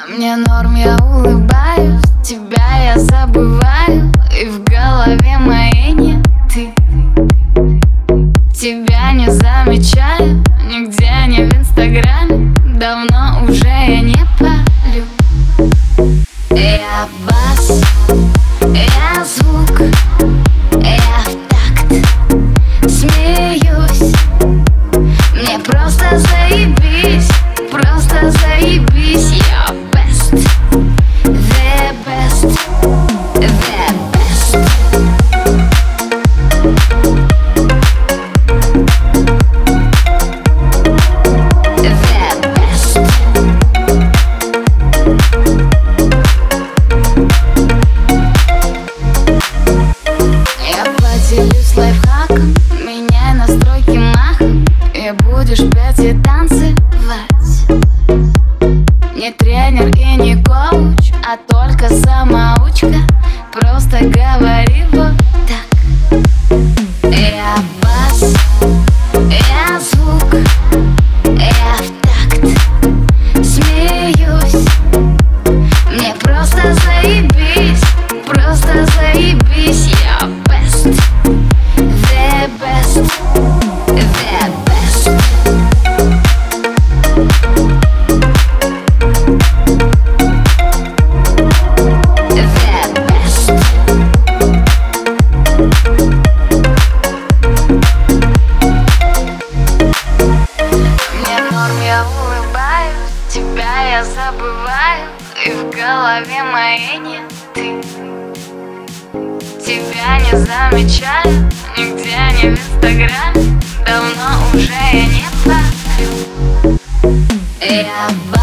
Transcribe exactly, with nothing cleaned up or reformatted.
Мне норм, я улыбаюсь, тебя я забываю, и в голове моей нет ты. Тебя не замечаю, нигде не в инстаграме, давно уже я не палю. Я бас, я звук, я в такт смеюсь. Мне просто заебись, просто заебись. Я best, the best, the best. Поделюсь лайфхаком, меняй настройки махом, и будешь петь и танцевать. Не тренер и не коуч, а только самоучка. Просто говори вот так. Я бас, я звук, я в такт смеюсь. Мне просто заебись, просто заебись. Я best, the best, the best. The best. Мне норм, я улыбаюсь, тебя я забываю, и в голове моей нет ты. Тебя не замечаю, нигде не в инстаграме, давно уже я не палю. Я